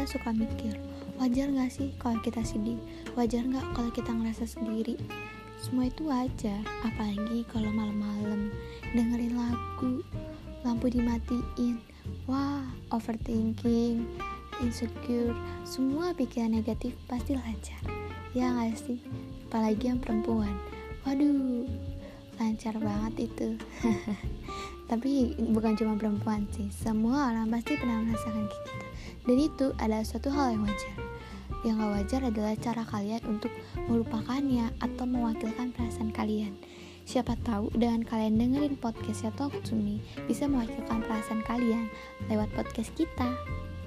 suka mikir, wajar gak sih kalau kita sedih? Wajar gak kalau kita ngerasa sendiri? Semua itu wajar, apalagi kalau malam-malam dengerin lagu, lampu dimatiin, wah, overthinking, insecure, semua pikiran negatif pasti lancar. Ya gak sih? Apalagi yang perempuan, waduh, lancar banget itu. Tapi bukan cuma perempuan sih, semua orang pasti pernah merasakan kayak gitu. Dan itu adalah suatu hal yang wajar. Yang gak wajar adalah cara kalian untuk melupakannya atau mewakilkan perasaan kalian. Siapa tahu dengan kalian dengerin podcastnya Talk to Me bisa mewakilkan perasaan kalian lewat podcast kita.